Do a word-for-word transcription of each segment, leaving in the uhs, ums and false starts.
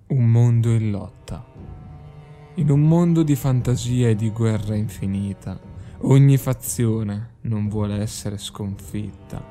Un mondo in lotta. In un mondo di fantasia e di guerra infinita, ogni fazione non vuole essere sconfitta.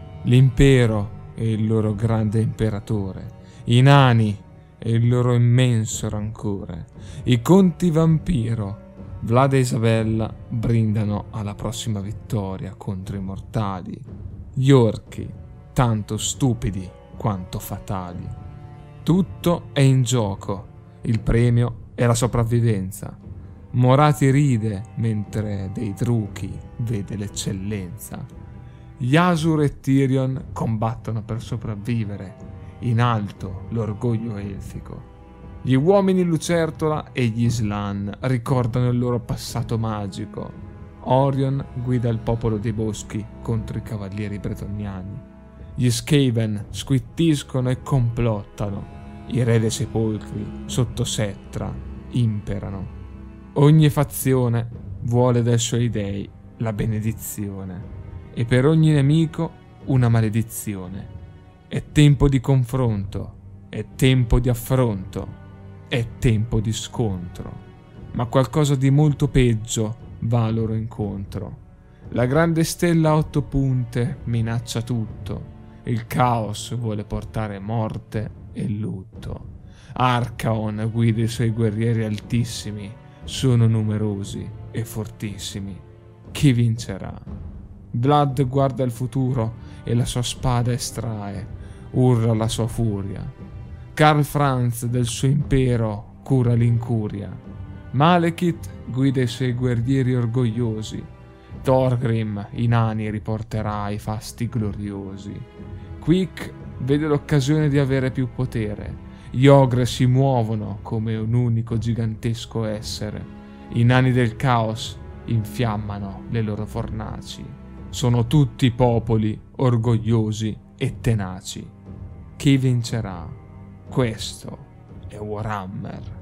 L'impero e il loro grande imperatore, i nani e il loro immenso rancore, i conti vampiro, Vlad e Isabella brindano alla prossima vittoria contro i mortali, gli orchi, tanto stupidi quanto fatali. Tutto è in gioco, il premio è la sopravvivenza. Morati ride mentre dei druchi vede l'eccellenza. Yasur e Tyrion combattono per sopravvivere, in alto l'orgoglio elfico. Gli uomini lucertola e gli Slan ricordano il loro passato magico. Orion guida il popolo dei boschi contro i cavalieri bretoniani. Gli Skaven squittiscono e complottano. I re dei sepolcri, sotto Settra, imperano. Ogni fazione vuole dai suoi dei la benedizione, e per ogni nemico una maledizione. È tempo di confronto, è tempo di affronto, è tempo di scontro. Ma qualcosa di molto peggio va a loro incontro. La grande stella a otto punte minaccia tutto. Il caos vuole portare morte e lutto. Archaon guida i suoi guerrieri altissimi, sono numerosi e fortissimi. Chi vincerà? Vlad guarda il futuro e la sua spada estrae, urla la sua furia. Karl Franz del suo impero cura l'incuria. Malekith guida i suoi guerrieri orgogliosi. Thorgrim i nani riporterà i fasti gloriosi. Quick vede l'occasione di avere più potere. Gli ogre si muovono come un unico gigantesco essere. I nani del caos infiammano le loro fornaci. Sono tutti popoli orgogliosi e tenaci. Chi vincerà? Questo è Warhammer.